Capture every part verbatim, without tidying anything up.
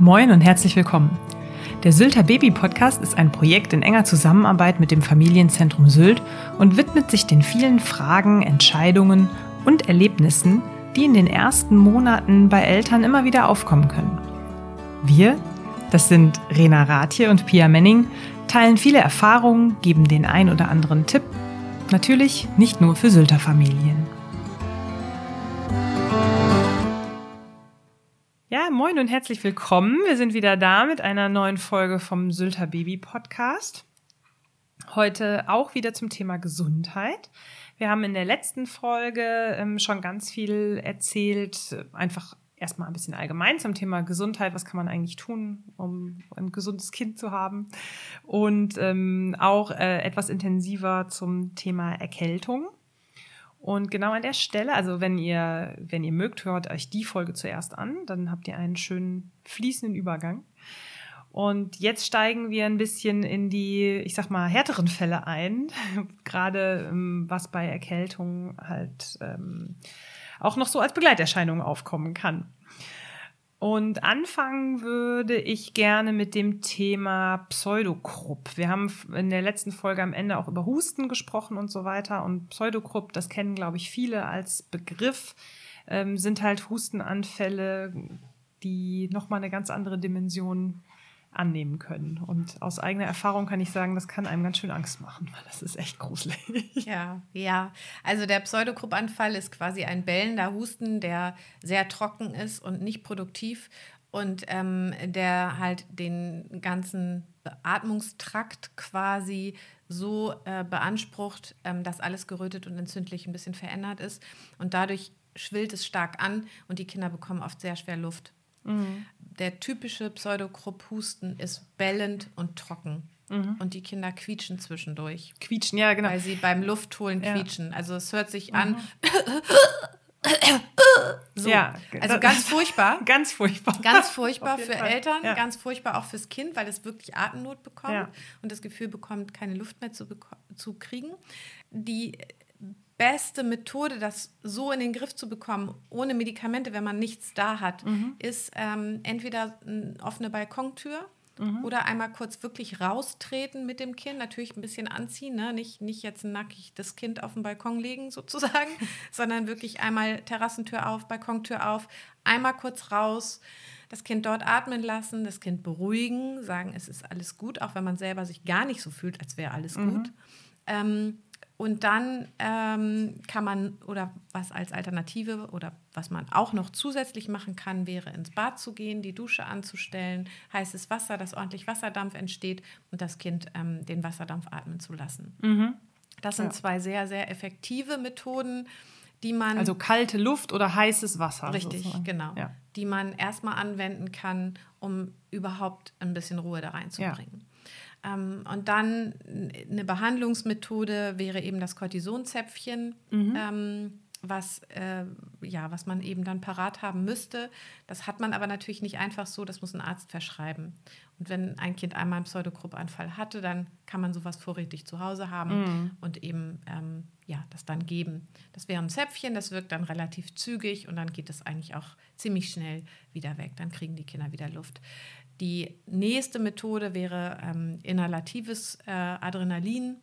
Moin und herzlich willkommen. Der Sylter Baby Podcast ist ein Projekt in enger Zusammenarbeit mit dem Familienzentrum Sylt und widmet sich den vielen Fragen, Entscheidungen und Erlebnissen, die in den ersten Monaten bei Eltern immer wieder aufkommen können. Wir, das sind Rena Rathje und Pia Menning, teilen viele Erfahrungen, geben den ein oder anderen Tipp. Natürlich nicht nur für Sylter Familien. Ja, moin und herzlich willkommen. Wir sind wieder da mit einer neuen Folge vom Sylter Baby Podcast. Heute auch wieder zum Thema Gesundheit. Wir haben in der letzten Folge ähm, schon ganz viel erzählt, einfach erstmal ein bisschen allgemein zum Thema Gesundheit. Was kann man eigentlich tun, um ein gesundes Kind zu haben? Und ähm, auch äh, etwas intensiver zum Thema Erkältung. Und genau an der Stelle, also wenn ihr, wenn ihr mögt, hört euch die Folge zuerst an, dann habt ihr einen schönen fließenden Übergang. Und jetzt steigen wir ein bisschen in die, ich sag mal, härteren Fälle ein, gerade ähm, was bei Erkältung halt ähm, auch noch so als Begleiterscheinung aufkommen kann. Und anfangen würde ich gerne mit dem Thema Pseudokrupp. Wir haben in der letzten Folge am Ende auch über Husten gesprochen und so weiter. Und Pseudokrupp, das kennen, glaube ich, viele als Begriff, ähm, sind halt Hustenanfälle, die nochmal eine ganz andere Dimension annehmen können. Und aus eigener Erfahrung kann ich sagen, das kann einem ganz schön Angst machen, weil das ist echt gruselig. Ja, ja. Also der Pseudokrupp-Anfall ist quasi ein bellender Husten, der sehr trocken ist und nicht produktiv und ähm, der halt den ganzen Atmungstrakt quasi so äh, beansprucht, ähm, dass alles gerötet und entzündlich ein bisschen verändert ist. Und dadurch schwillt es stark an und die Kinder bekommen oft sehr schwer Luft. Mhm. Der typische Pseudokrupp-Husten ist bellend und trocken. Mhm. Und die Kinder quietschen zwischendurch. Quietschen, ja, genau. Weil sie beim Luftholen ja. quietschen. Also es hört sich mhm. an. so. Ja, also ganz furchtbar. ganz furchtbar. Ganz furchtbar für Fall. Eltern, ja. ganz furchtbar auch fürs Kind, weil es wirklich Atemnot bekommt ja. und das Gefühl bekommt, keine Luft mehr zu, beko- zu kriegen. Die beste Methode, das so in den Griff zu bekommen, ohne Medikamente, wenn man nichts da hat, mhm. ist ähm, entweder eine offene Balkontür mhm. oder einmal kurz wirklich raustreten mit dem Kind, natürlich ein bisschen anziehen, ne? nicht, nicht jetzt nackig das Kind auf den Balkon legen sozusagen, sondern wirklich einmal Terrassentür auf, Balkontür auf, einmal kurz raus, das Kind dort atmen lassen, das Kind beruhigen, sagen, es ist alles gut, auch wenn man selber sich gar nicht so fühlt, als wäre alles mhm. gut. Ähm, Und dann ähm, kann man, oder was als Alternative oder was man auch noch zusätzlich machen kann, wäre ins Bad zu gehen, die Dusche anzustellen, heißes Wasser, dass ordentlich Wasserdampf entsteht und das Kind ähm, den Wasserdampf atmen zu lassen. Mhm. Das sind ja. zwei sehr, sehr effektive Methoden, die man... Also kalte Luft oder heißes Wasser. Richtig, sozusagen. genau. Ja. Die man erstmal anwenden kann, um überhaupt ein bisschen Ruhe da reinzubringen. Ja. Und dann eine Behandlungsmethode wäre eben das Cortisonzäpfchen, mhm. ähm, was, äh, ja, was man eben dann parat haben müsste. Das hat man aber natürlich nicht einfach so, das muss ein Arzt verschreiben. Und wenn ein Kind einmal einen Pseudokrupp-Anfall hatte, dann kann man sowas vorrätig zu Hause haben mhm. und eben ähm, ja, das dann geben. Das wäre ein Zäpfchen, das wirkt dann relativ zügig und dann geht es eigentlich auch ziemlich schnell wieder weg. Dann kriegen die Kinder wieder Luft. Die nächste Methode wäre ähm, inhalatives äh, Adrenalin.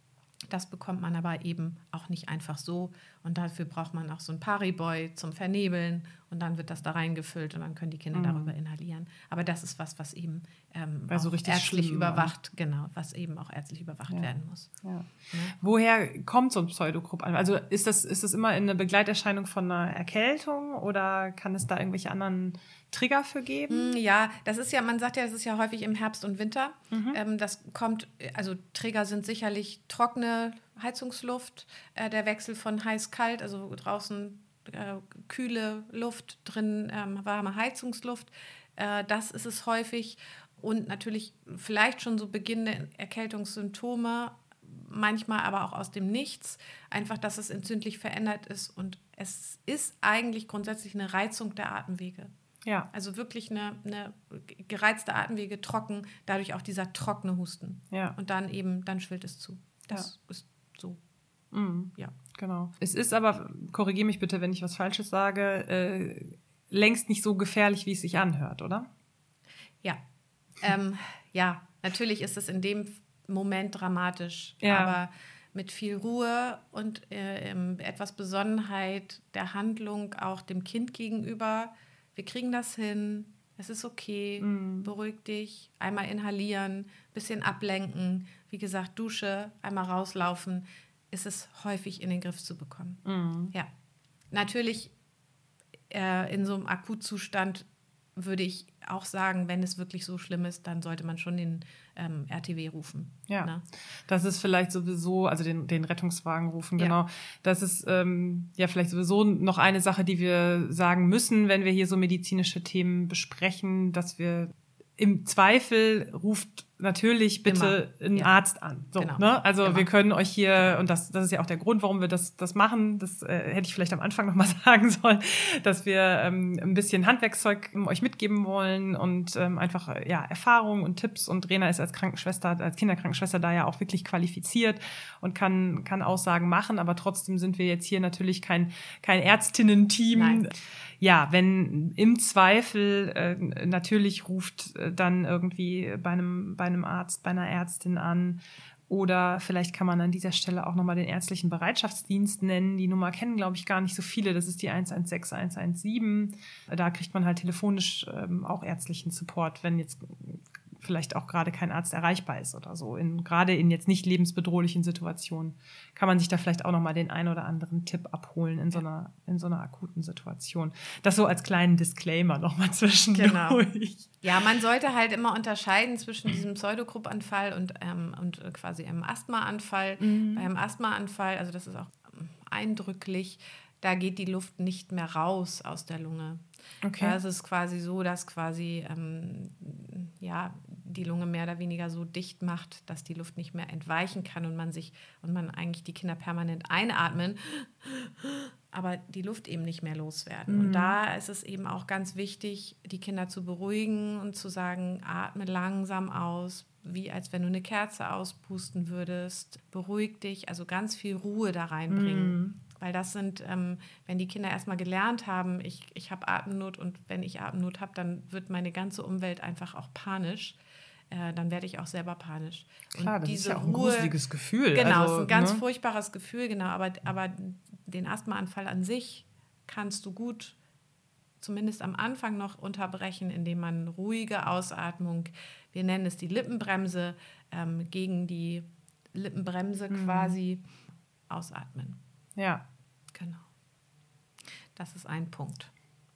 Das bekommt man aber eben auch nicht einfach so. Und dafür braucht man auch so ein Pariboy zum Vernebeln. Und dann wird das da reingefüllt und dann können die Kinder mhm. darüber inhalieren. Aber das ist was, was eben ähm, auch so ärztlich überwacht, war. genau, was eben auch ärztlich überwacht ja. werden muss. Ja. Ja. Woher kommt so ein Pseudokrupp? Also ist das, ist das immer eine Begleiterscheinung von einer Erkältung oder kann es da irgendwelche anderen Trigger für geben? Ja, das ist ja, man sagt ja, das ist ja häufig im Herbst und Winter. Mhm. Ähm, das kommt, also Trigger sind sicherlich trockene Heizungsluft, äh, der Wechsel von heiß-kalt, also draußen äh, kühle Luft, drin ähm, warme Heizungsluft. Äh, das ist es häufig. Und natürlich vielleicht schon so beginnende Erkältungssymptome, manchmal aber auch aus dem Nichts. Einfach, dass es entzündlich verändert ist. Und es ist eigentlich grundsätzlich eine Reizung der Atemwege. Ja. Also wirklich eine, eine gereizte Atemwege, trocken, dadurch auch dieser trockene Husten. Ja. Und dann eben, dann schwillt es zu. Das ja. ist so. Mhm. Ja, genau. Es ist aber, korrigiere mich bitte, wenn ich was Falsches sage, äh, längst nicht so gefährlich, wie es sich anhört, oder? Ja, ähm, ja, natürlich ist es in dem Moment dramatisch, Ja. aber mit viel Ruhe und äh, etwas Besonnenheit der Handlung auch dem Kind gegenüber. Wir kriegen das hin, es ist okay, Mhm. beruhig dich, einmal inhalieren, bisschen ablenken, wie gesagt, Dusche, einmal rauslaufen, ist es häufig in den Griff zu bekommen. Mhm. Ja, natürlich äh, in so einem Akutzustand würde ich auch sagen, wenn es wirklich so schlimm ist, dann sollte man schon den ähm, R T W rufen. Ja, ne? Das ist vielleicht sowieso, also den, den Rettungswagen rufen, Ja. genau. Das ist ähm, ja vielleicht sowieso noch eine Sache, die wir sagen müssen, wenn wir hier so medizinische Themen besprechen, dass wir im Zweifel ruft natürlich bitte Immer. einen Ja. Arzt an. So, Genau. ne? Also Immer. wir können euch hier, Genau. und das, das ist ja auch der Grund, warum wir das, das machen, das äh, hätte ich vielleicht am Anfang nochmal sagen sollen, dass wir ähm, ein bisschen Handwerkszeug euch mitgeben wollen und ähm, einfach äh, ja Erfahrungen und Tipps. Und Rena ist als Krankenschwester, als Kinderkrankenschwester da ja auch wirklich qualifiziert und kann, kann Aussagen machen, aber trotzdem sind wir jetzt hier natürlich kein, kein Ärztinnen-Team. Nein. Ja, wenn im Zweifel äh, natürlich ruft äh, dann irgendwie bei einem, bei einem Arzt, bei einer Ärztin an. Oder vielleicht kann man an dieser Stelle auch nochmal den ärztlichen Bereitschaftsdienst nennen. Die Nummer kennen, glaube ich, gar nicht so viele. Das ist die eins eins sechs eins eins sieben. Da kriegt man halt telefonisch ähm, auch ärztlichen Support, wenn jetzt vielleicht auch gerade kein Arzt erreichbar ist oder so. In, gerade in jetzt nicht lebensbedrohlichen Situationen kann man sich da vielleicht auch nochmal den einen oder anderen Tipp abholen in so einer, in so einer akuten Situation. Das so als kleinen Disclaimer nochmal zwischendurch. Genau. Ja, man sollte halt immer unterscheiden zwischen diesem Pseudogruppanfall und, ähm, und quasi einem Asthmaanfall. Mhm. Beim Asthmaanfall, also das ist auch eindrücklich, da geht die Luft nicht mehr raus aus der Lunge. Okay. Da ist es quasi so, dass quasi ähm, ja, die Lunge mehr oder weniger so dicht macht, dass die Luft nicht mehr entweichen kann und man sich und man eigentlich die Kinder permanent einatmen, aber die Luft eben nicht mehr loswerden. Mhm. Und da ist es eben auch ganz wichtig, die Kinder zu beruhigen und zu sagen, atme langsam aus, wie als wenn du eine Kerze auspusten würdest. Beruhig dich, also ganz viel Ruhe da reinbringen. Mhm. Weil das sind, ähm, wenn die Kinder erstmal gelernt haben, ich, ich habe Atemnot und wenn ich Atemnot habe, dann wird meine ganze Umwelt einfach auch panisch. Äh, dann werde ich auch selber panisch. Klar, und das diese ist ja auch ein Ruhe, gruseliges Gefühl. Genau, also, es ist ein ganz ne? furchtbares Gefühl, genau. Aber, aber den Asthmaanfall an sich kannst du gut, zumindest am Anfang noch unterbrechen, indem man ruhige Ausatmung, wir nennen es die Lippenbremse, ähm, gegen die Lippenbremse Mhm. quasi ausatmen. Ja. Genau. Das ist ein Punkt.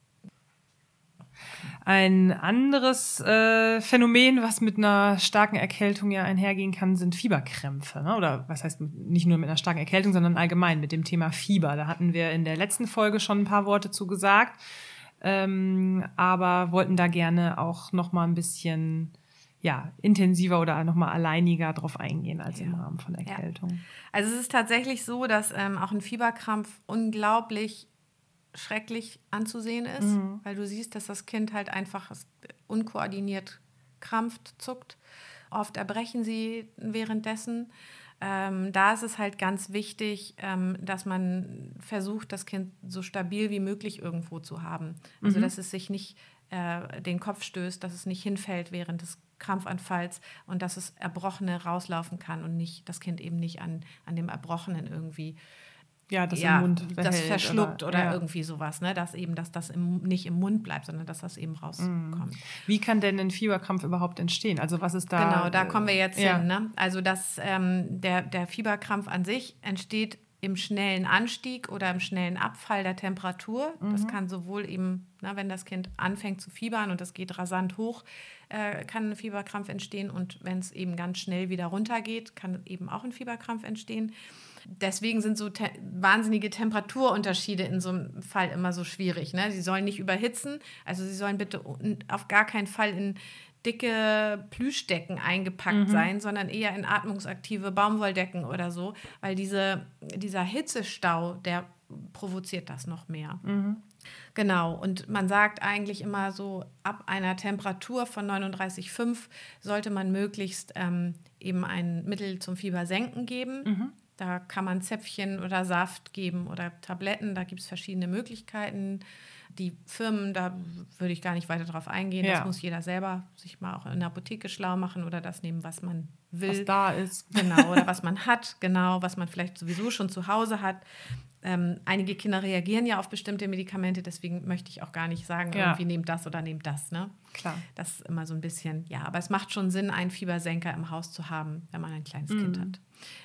Ein anderes äh, Phänomen, was mit einer starken Erkältung ja einhergehen kann, sind Fieberkrämpfe. Ne? Oder was heißt nicht nur mit einer starken Erkältung, sondern allgemein mit dem Thema Fieber. Da hatten wir in der letzten Folge schon ein paar Worte zu gesagt, ähm, aber wollten da gerne auch noch mal ein bisschen ja, intensiver oder noch mal alleiniger drauf eingehen als Ja. im Rahmen von Erkältung. Ja. Also es ist tatsächlich so, dass ähm, auch ein Fieberkrampf unglaublich schrecklich anzusehen ist, Mhm. weil du siehst, dass das Kind halt einfach unkoordiniert krampft, zuckt. Oft erbrechen sie währenddessen. Ähm, da ist es halt ganz wichtig, ähm, dass man versucht, das Kind so stabil wie möglich irgendwo zu haben. Also Mhm. dass es sich nicht äh, den Kopf stößt, dass es nicht hinfällt während des Krampfanfalls und dass es Erbrochene rauslaufen kann und nicht das Kind eben nicht an, an dem Erbrochenen irgendwie Ja, das ja, im Mund das behält verschluckt oder, oder ja. irgendwie sowas, ne? Dass eben, dass das im, nicht im Mund bleibt, sondern dass das eben rauskommt. Wie kann denn ein Fieberkrampf überhaupt entstehen? Also was ist da? Genau, da kommen wir jetzt ja. hin. Ne? Also das, ähm, der, der Fieberkrampf an sich entsteht im schnellen Anstieg oder im schnellen Abfall der Temperatur. Mhm. Das kann sowohl eben, na, wenn das Kind anfängt zu fiebern und das geht rasant hoch, äh, kann ein Fieberkrampf entstehen. Und wenn es eben ganz schnell wieder runtergeht, kann eben auch ein Fieberkrampf entstehen. Deswegen sind so te- wahnsinnige Temperaturunterschiede in so einem Fall immer so schwierig. Ne? Sie sollen nicht überhitzen, also sie sollen bitte auf gar keinen Fall in dicke Plüschdecken eingepackt mhm. sein, sondern eher in atmungsaktive Baumwolldecken oder so, weil diese, dieser Hitzestau, der provoziert das noch mehr. Mhm. Genau, und man sagt eigentlich immer so, ab einer Temperatur von neununddreißig Komma fünf sollte man möglichst ähm, eben ein Mittel zum Fiebersenken geben. Mhm. Da kann man Zäpfchen oder Saft geben oder Tabletten. Da gibt es verschiedene Möglichkeiten. Die Firmen, da würde ich gar nicht weiter drauf eingehen. Ja. Das muss jeder selber sich mal auch in der Apotheke schlau machen oder das nehmen, was man will. Was da ist. Genau, oder was man hat, genau, was man vielleicht sowieso schon zu Hause hat. Ähm, einige Kinder reagieren ja auf bestimmte Medikamente, deswegen möchte ich auch gar nicht sagen, Ja. irgendwie nehmt das oder nehmt das. Ne? Klar. Das ist immer so ein bisschen, ja, aber es macht schon Sinn, einen Fiebersenker im Haus zu haben, wenn man ein kleines Mhm. Kind hat.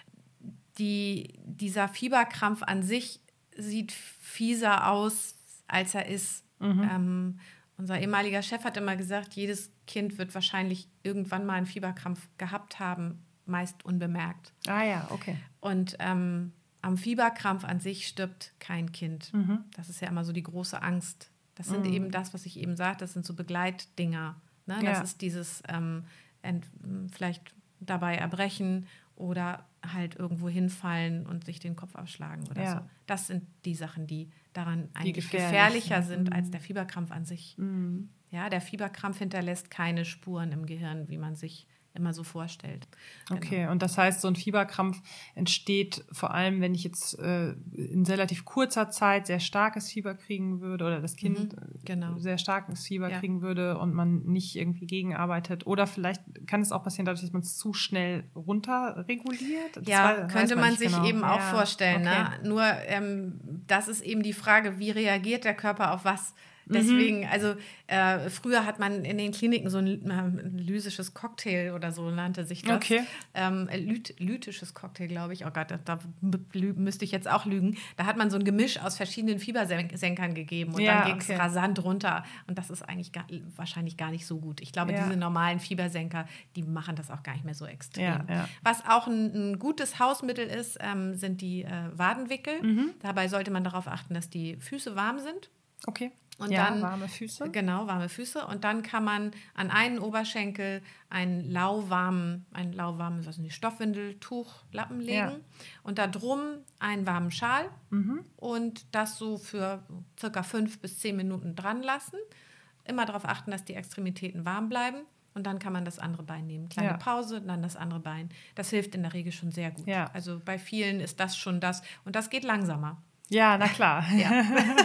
Die, dieser Fieberkrampf an sich sieht fieser aus, als er ist. Mhm. Ähm, unser ehemaliger Chef hat immer gesagt, jedes Kind wird wahrscheinlich irgendwann mal einen Fieberkrampf gehabt haben, meist unbemerkt. Ah ja, okay. Und ähm, am Fieberkrampf an sich stirbt kein Kind. Mhm. Das ist ja immer so die große Angst. Das sind Mhm. eben das, was ich eben sagte, das sind so Begleitdinger. Ne? Das Ja. ist dieses ähm, ent, vielleicht dabei erbrechen oder halt irgendwo hinfallen und sich den Kopf abschlagen oder Ja. so. Das sind die Sachen, die daran Die eigentlich gefährlich gefährlicher sind. sind als Mhm. der Fieberkrampf an sich. Mhm. Ja, der Fieberkrampf hinterlässt keine Spuren im Gehirn, wie man sich immer so vorstellt. Okay, und das heißt, so ein Fieberkrampf entsteht vor allem, wenn ich jetzt äh, in relativ kurzer Zeit sehr starkes Fieber kriegen würde oder das Kind Mhm, genau. äh, sehr starkes Fieber Ja. kriegen würde und man nicht irgendwie gegenarbeitet. Oder vielleicht kann es auch passieren, dadurch, dass man es zu schnell runterreguliert. Das Ja, wei- weiß könnte man nicht sich genau. eben auch Ja, vorstellen. okay. Ne? Nur ähm, das ist eben die Frage, wie reagiert der Körper auf was? Deswegen, Mhm. also äh, früher hat man in den Kliniken so ein äh, lysisches Cocktail oder so nannte sich das. Okay. Ähm, lyt, lytisches Cocktail, glaube ich. Oh Gott, da, da lü- müsste ich jetzt auch lügen. Da hat man so ein Gemisch aus verschiedenen Fiebersenkern gegeben und Ja, dann ging es okay. rasant runter. Und das ist eigentlich gar, wahrscheinlich gar nicht so gut. Ich glaube, Ja. diese normalen Fiebersenker, die machen das auch gar nicht mehr so extrem. Ja, ja. Was auch ein, ein gutes Hausmittel ist, ähm, sind die äh, Wadenwickel. Mhm. Dabei sollte man darauf achten, dass die Füße warm sind. Okay. Und ja, dann, warme Füße. Genau, warme Füße. Und dann kann man an einen Oberschenkel einen lauwarmen, ein lauwarmes, was ist nicht, Stoffwindeltuch, Lappen legen. Ja. Und da drum einen warmen Schal Mhm. und das so für circa fünf bis zehn Minuten dran lassen. Immer darauf achten, dass die Extremitäten warm bleiben. Und dann kann man das andere Bein nehmen. Kleine Ja. Pause, dann das andere Bein. Das hilft in der Regel schon sehr gut. Ja. Also bei vielen ist das schon das. Und das geht langsamer. Ja, na klar. Ja.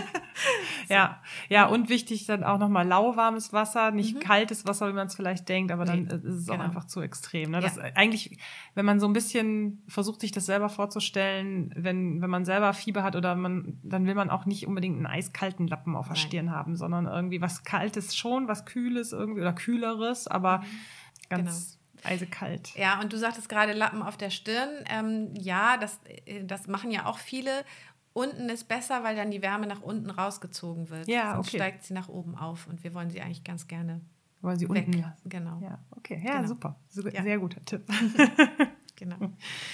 Ja, ja, und wichtig dann auch nochmal lauwarmes Wasser, nicht kaltes Wasser, wie man es vielleicht denkt, aber dann Nee, ist es auch genau. einfach zu extrem. Ne? Ja. Das eigentlich, wenn man so ein bisschen versucht, sich das selber vorzustellen, wenn, wenn man selber Fieber hat oder man, dann will man auch nicht unbedingt einen eiskalten Lappen auf der Nein. Stirn haben, sondern irgendwie was Kaltes schon, was Kühles irgendwie oder Kühleres, aber ganz eisekalt. Ja, und du sagtest gerade Lappen auf der Stirn. Ähm, ja, das, äh, das machen ja auch viele. Unten ist besser, weil dann die Wärme nach unten rausgezogen wird. Ja, Sonst okay. steigt sie nach oben auf und wir wollen sie eigentlich ganz gerne Wollen Sie weg. unten lassen. Genau, Ja, okay. Ja, Genau. super. Super. Ja. Sehr guter Tipp. genau.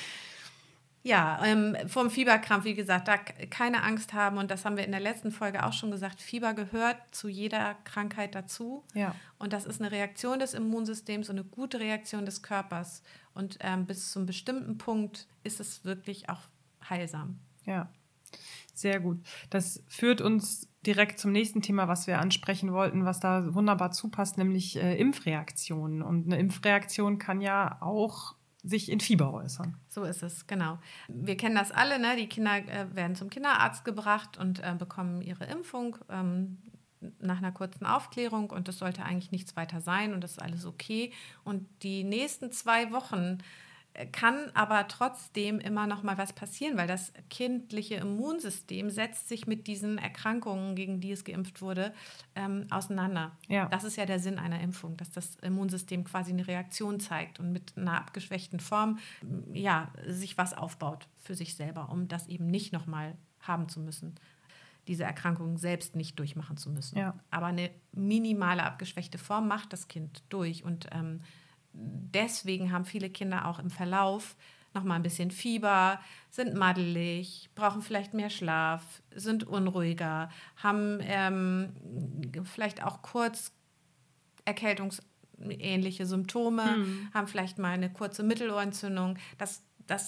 Ja, ähm, vom Fieberkrampf, wie gesagt, da k- keine Angst haben. Und das haben wir in der letzten Folge auch schon gesagt. Fieber gehört zu jeder Krankheit dazu. Ja. Und das ist eine Reaktion des Immunsystems und eine gute Reaktion des Körpers. Und ähm, bis zu einem bestimmten Punkt ist es wirklich auch heilsam. Ja, sehr gut. Das führt uns direkt zum nächsten Thema, was wir ansprechen wollten, was da wunderbar zupasst, nämlich äh, Impfreaktionen. Und eine Impfreaktion kann ja auch sich in Fieber äußern. So ist es, genau. Wir kennen das alle, ne? Die Kinder äh, werden zum Kinderarzt gebracht und äh, bekommen ihre Impfung ähm, nach einer kurzen Aufklärung und das sollte eigentlich nichts weiter sein und das ist alles okay. Und die nächsten zwei Wochen äh, kann aber trotzdem immer noch mal was passieren, weil das kindliche Immunsystem setzt sich mit diesen Erkrankungen, gegen die es geimpft wurde, ähm, auseinander. Ja. Das ist ja der Sinn einer Impfung, dass das Immunsystem quasi eine Reaktion zeigt und mit einer abgeschwächten Form ja, sich was aufbaut für sich selber, um das eben nicht nochmal haben zu müssen, diese Erkrankung selbst nicht durchmachen zu müssen. Ja. Aber eine minimale abgeschwächte Form macht das Kind durch und ähm, deswegen haben viele Kinder auch im Verlauf noch mal ein bisschen Fieber, sind maddelig, brauchen vielleicht mehr Schlaf, sind unruhiger, haben ähm, vielleicht auch kurz erkältungsähnliche Symptome, Mhm. haben vielleicht mal eine kurze Mittelohrentzündung. Das, das sind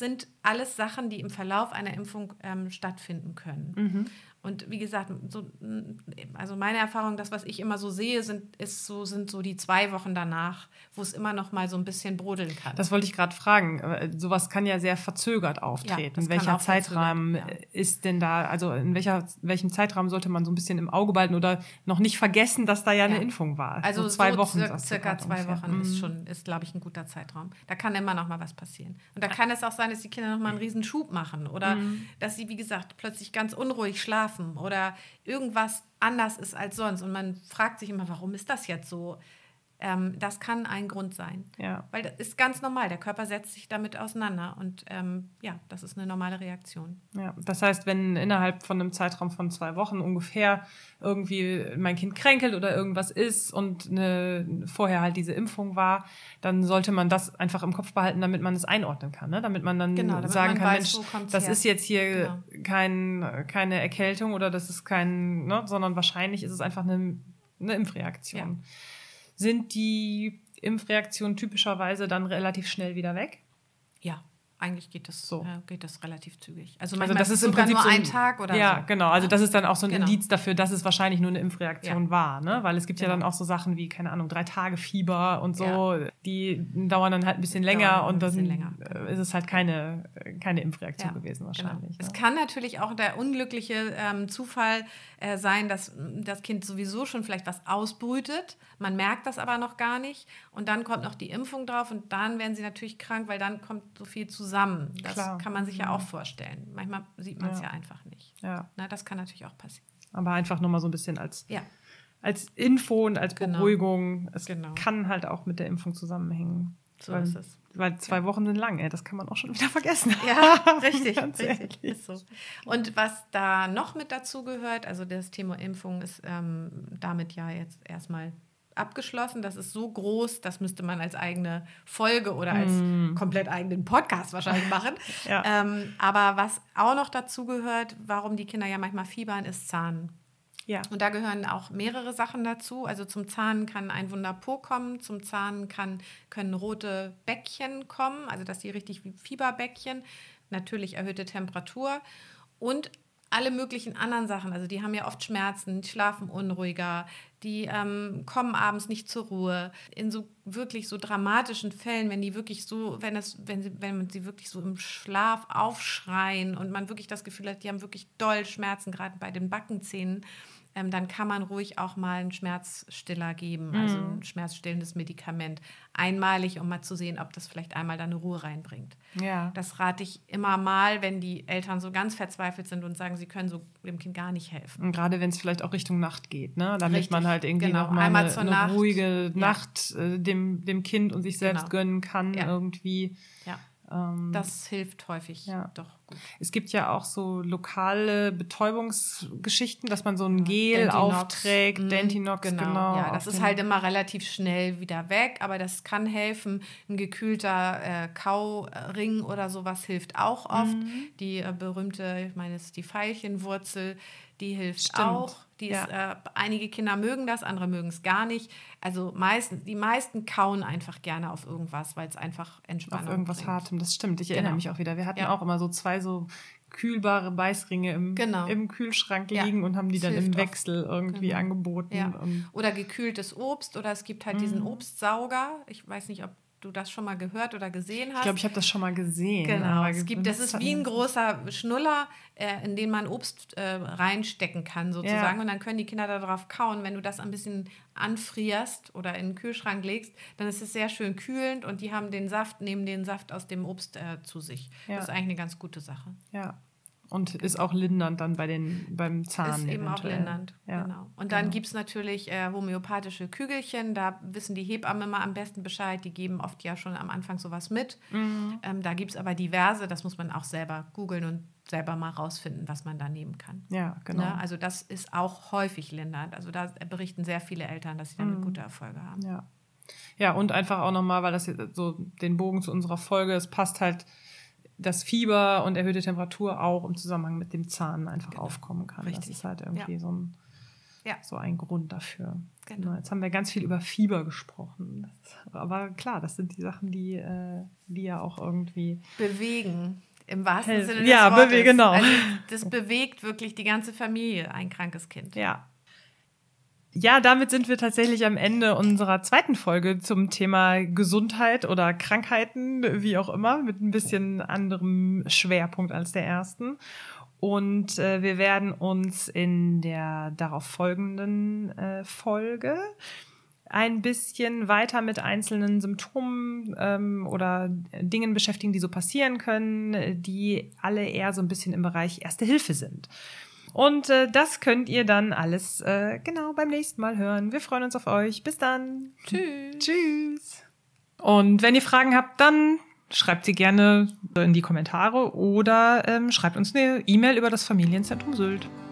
alles Sachen, die im Verlauf einer Impfung ähm, stattfinden können. Mhm. Und wie gesagt, so, also meine Erfahrung, das, was ich immer so sehe, sind, ist so, sind so die zwei Wochen danach, wo es immer noch mal so ein bisschen brodeln kann. Das wollte ich gerade fragen. Sowas kann ja sehr verzögert auftreten. Ja, welcher Zeitrahmen ja. ist denn da, also in welcher, welchem Zeitrahmen sollte man so ein bisschen im Auge behalten oder noch nicht vergessen, dass da ja eine ja. Impfung war? Also so zwei so Wochen. Circa, circa zwei ungefähr. Wochen mhm. ist schon, ist, glaube ich, ein guter Zeitraum. Da kann immer noch mal was passieren. Und da kann es auch sein, dass die Kinder noch mal einen riesen Schub machen oder mhm. dass sie, wie gesagt, plötzlich ganz unruhig schlafen oder irgendwas anders ist als sonst. Und man fragt sich immer, warum ist das jetzt so? Ähm, das kann ein Grund sein. Ja. Weil das ist ganz normal. Der Körper setzt sich damit auseinander. Und ähm, ja, das ist eine normale Reaktion. Ja, das heißt, wenn innerhalb von einem Zeitraum von zwei Wochen ungefähr irgendwie mein Kind kränkelt oder irgendwas ist und eine, vorher halt diese Impfung war, dann sollte man das einfach im Kopf behalten, damit man es einordnen kann. Ne? Damit man dann genau, damit sagen man kann, weiß, Mensch, das her? ist jetzt hier genau. kein, keine Erkältung oder das ist kein, ne? sondern wahrscheinlich ist es einfach eine, eine Impfreaktion. Ja. Sind die Impfreaktionen typischerweise dann relativ schnell wieder weg? Ja, eigentlich geht das, so. äh, geht das relativ zügig. Also also manchmal das ist ist es im sogar Prinzip nur so ein, ein Tag oder ja, so. genau. Also das ist dann auch so ein genau. Indiz dafür, dass es wahrscheinlich nur eine Impfreaktion ja. war. Ne? Weil es gibt genau. ja dann auch so Sachen wie, keine Ahnung, drei Tage Fieber und so. Ja. Die dauern dann halt ein bisschen länger und dann länger. ist es halt keine, keine Impfreaktion ja. gewesen wahrscheinlich. Genau. Ne? Es kann natürlich auch der unglückliche ähm, Zufall äh, sein, dass das Kind sowieso schon vielleicht was ausbrütet. Man merkt das aber noch gar nicht. Und dann kommt noch die Impfung drauf und dann werden sie natürlich krank, weil dann kommt so viel zusammen. Das Klar. kann man sich ja auch vorstellen. Manchmal sieht man es ja. ja einfach nicht. Ja. Na, das kann natürlich auch passieren. Aber einfach nur mal so ein bisschen als, ja. als Info und als genau. Beruhigung. Es genau. kann halt auch mit der Impfung zusammenhängen. So weil, ist es. Weil zwei ja. Wochen sind lang, ey. Das kann man auch schon wieder vergessen. Ja, richtig. richtig. Ist so. Und was da noch mit dazu gehört, also das Thema Impfung ist ähm, damit ja jetzt erstmal abgeschlossen. Das ist so groß, das müsste man als eigene Folge oder als mm. komplett eigenen Podcast wahrscheinlich machen. ja. ähm, aber was auch noch dazu gehört, warum die Kinder ja manchmal fiebern, ist Zahn. Ja. Und da gehören auch mehrere Sachen dazu. Also zum Zahn kann ein Wunderpo kommen, zum Zahn kann, können rote Bäckchen kommen, also dass die richtig wie Fieberbäckchen, natürlich erhöhte Temperatur und alle möglichen anderen Sachen, also die haben ja oft Schmerzen, die schlafen unruhiger, die ähm, kommen abends nicht zur Ruhe. In so wirklich so dramatischen Fällen, wenn die wirklich so, wenn es, wenn sie, wenn man sie wirklich so im Schlaf aufschreien und man wirklich das Gefühl hat, die haben wirklich doll Schmerzen, gerade bei den Backenzähnen, ähm, dann kann man ruhig auch mal einen Schmerzstiller geben, also ein schmerzstillendes Medikament, einmalig, um mal zu sehen, ob das vielleicht einmal da eine Ruhe reinbringt. Ja. Das rate ich immer mal, wenn die Eltern so ganz verzweifelt sind und sagen, sie können so dem Kind gar nicht helfen. Und gerade wenn es vielleicht auch Richtung Nacht geht, ne? Damit Richtig, man halt irgendwie genau. noch mal Einmal eine, zur eine Nacht. ruhige Ja. Nacht äh, dem, dem Kind und sich selbst Genau. gönnen kann Ja. irgendwie. Ja. Ähm, das hilft häufig ja. doch gut. Es gibt ja auch so lokale Betäubungsgeschichten, dass man so ein Gel Dentinox. aufträgt, Mhm, Dentinox, genau. genau. Ja, das ist halt immer relativ schnell wieder weg, aber das kann helfen. Ein gekühlter äh, Kauring oder sowas hilft auch oft. Mhm. Die äh, berühmte, ich meine, es ist die Veilchenwurzel, die hilft Stimmt. auch. Die ist, Ja. äh, einige Kinder mögen das, andere mögen es gar nicht. Also meisten, die meisten kauen einfach gerne auf irgendwas, weil es einfach Entspannung Auf irgendwas bringt. Hartem, das stimmt. Ich erinnere Genau. mich auch wieder. Wir hatten Ja. auch immer so zwei so kühlbare Beißringe im, Genau. im Kühlschrank Ja. liegen und haben die Das dann im hilft Wechsel irgendwie Genau. angeboten. Ja. Und Oder gekühltes Obst oder es gibt halt diesen Obstsauger. Ich weiß nicht, ob du das schon mal gehört oder gesehen hast. ich glaube, ich habe das schon mal gesehen. Genau, aber es gibt, das ist wie ein großer Schnuller, äh, in den man Obst äh, reinstecken kann sozusagen. Ja. Und dann können die Kinder da drauf kauen. Wenn du das ein bisschen anfrierst oder in den Kühlschrank legst, dann ist es sehr schön kühlend und die haben den Saft, nehmen den Saft aus dem Obst äh, zu sich. Ja. Das ist eigentlich eine ganz gute Sache. Ja. Und ist auch lindernd dann bei den, beim Zahn. Ist eben eventuell. auch lindernd, Ja. genau. Und dann Genau. gibt es natürlich äh, homöopathische Kügelchen, da wissen die Hebammen immer am besten Bescheid, die geben oft ja schon am Anfang sowas mit. Mhm. Ähm, da gibt es aber diverse, das muss man auch selber googeln und selber mal rausfinden, was man da nehmen kann. Ja, genau. Ne? Also das ist auch häufig lindernd. Also da berichten sehr viele Eltern, dass sie damit Mhm. gute Erfolge haben. Ja. Ja, und einfach auch nochmal, weil das jetzt so den Bogen zu unserer Folge, es passt halt, dass Fieber und erhöhte Temperatur auch im Zusammenhang mit dem Zahn einfach Genau. aufkommen kann. Richtig. Das ist halt irgendwie Ja. so, ein, Ja. so ein Grund dafür. Genau. Jetzt haben wir ganz viel über Fieber gesprochen. Das ist, aber klar, das sind die Sachen, die, äh, die ja auch irgendwie Bewegen. im wahrsten Helfen. Sinne des ja, Wortes. Be- genau. Also das bewegt wirklich die ganze Familie, ein krankes Kind. Ja. Ja, damit sind wir tatsächlich am Ende unserer zweiten Folge zum Thema Gesundheit oder Krankheiten, wie auch immer, mit ein bisschen anderem Schwerpunkt als der ersten. Und äh, wir werden uns in der darauf folgenden äh, Folge ein bisschen weiter mit einzelnen Symptomen ähm, oder Dingen beschäftigen, die so passieren können, die alle eher so ein bisschen im Bereich Erste Hilfe sind. Und äh, das könnt ihr dann alles äh, genau beim nächsten Mal hören. Wir freuen uns auf euch. Bis dann. Tschüss. Tschüss. Und wenn ihr Fragen habt, dann schreibt sie gerne in die Kommentare oder ähm, schreibt uns eine E-Mail über das Familienzentrum Sylt.